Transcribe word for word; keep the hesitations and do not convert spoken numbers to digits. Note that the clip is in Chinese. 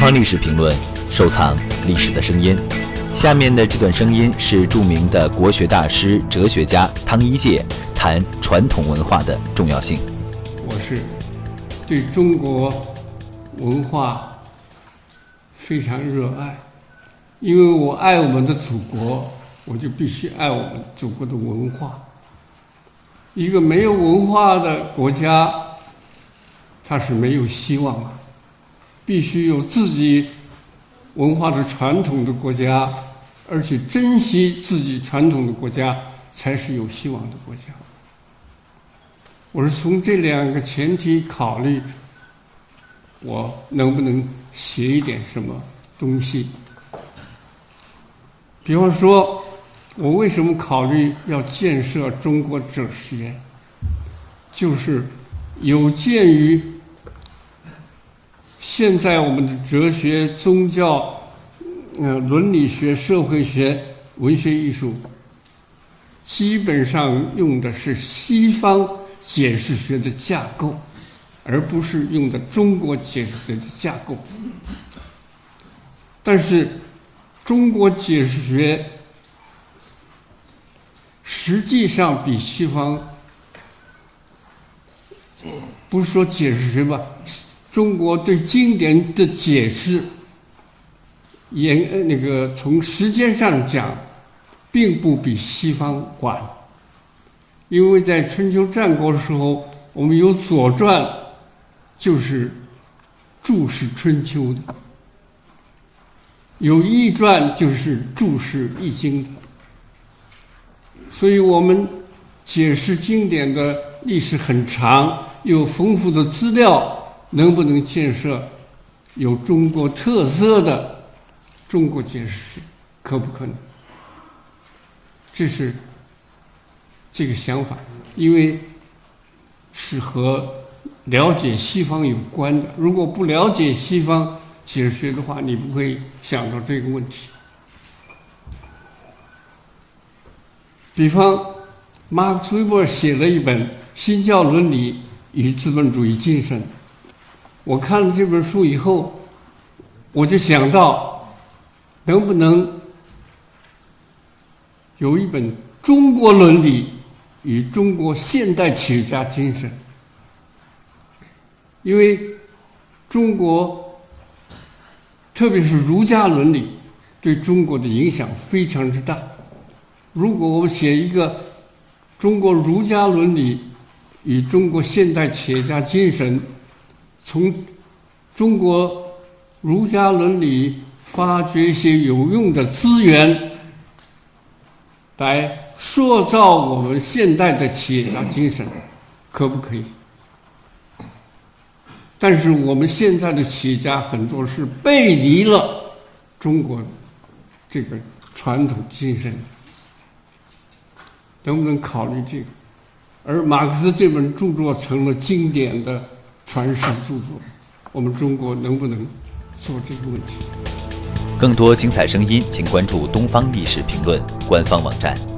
方历史评论，收藏历史的声音。下面的这段声音是著名的国学大师、哲学家汤一介谈传统文化的重要性。 我是对中国文化非常热爱，因为我爱我们的祖国，我就必须爱我们祖国的文化。一个没有文化的国家，它是没有希望的。必须有自己文化的传统的国家，而且珍惜自己传统的国家，才是有希望的国家。我是从这两个前提考虑，我能不能写一点什么东西。比方说，我为什么考虑要建设中国哲学，就是有鉴于现在我们的哲学、宗教、呃伦理学、社会学、文学艺术，基本上用的是西方解释学的架构，而不是用的中国解释学的架构。但是中国解释学实际上比西方，不是说解释学吧，中国对经典的解释，也那个从时间上讲，并不比西方晚。因为在春秋战国的时候，我们有《左传》，就是注释春秋的；有《易传》，就是注释《易经》的。所以我们解释经典的历史很长，有丰富的资料。能不能建设有中国特色的中国解释学，可不可能？这是这个想法，因为是和了解西方有关的。如果不了解西方解释学的话，你不会想到这个问题。比方，马克思韦伯写了一本《新教伦理与资本主义精神》。我看了这本书以后，我就想到，能不能有一本中国伦理与中国现代企业家精神？因为中国，特别是儒家伦理，对中国的影响非常之大。如果我们写一个中国儒家伦理与中国现代企业家精神，从中国儒家伦理发掘一些有用的资源，来塑造我们现代的企业家精神，可不可以？但是我们现在的企业家很多是背离了中国这个传统精神，能不能考虑这个？而马克思这本著作成了经典的传世著作，我们中国能不能做这个问题？ 更多精彩声音，请关注东方历史评论官方网站。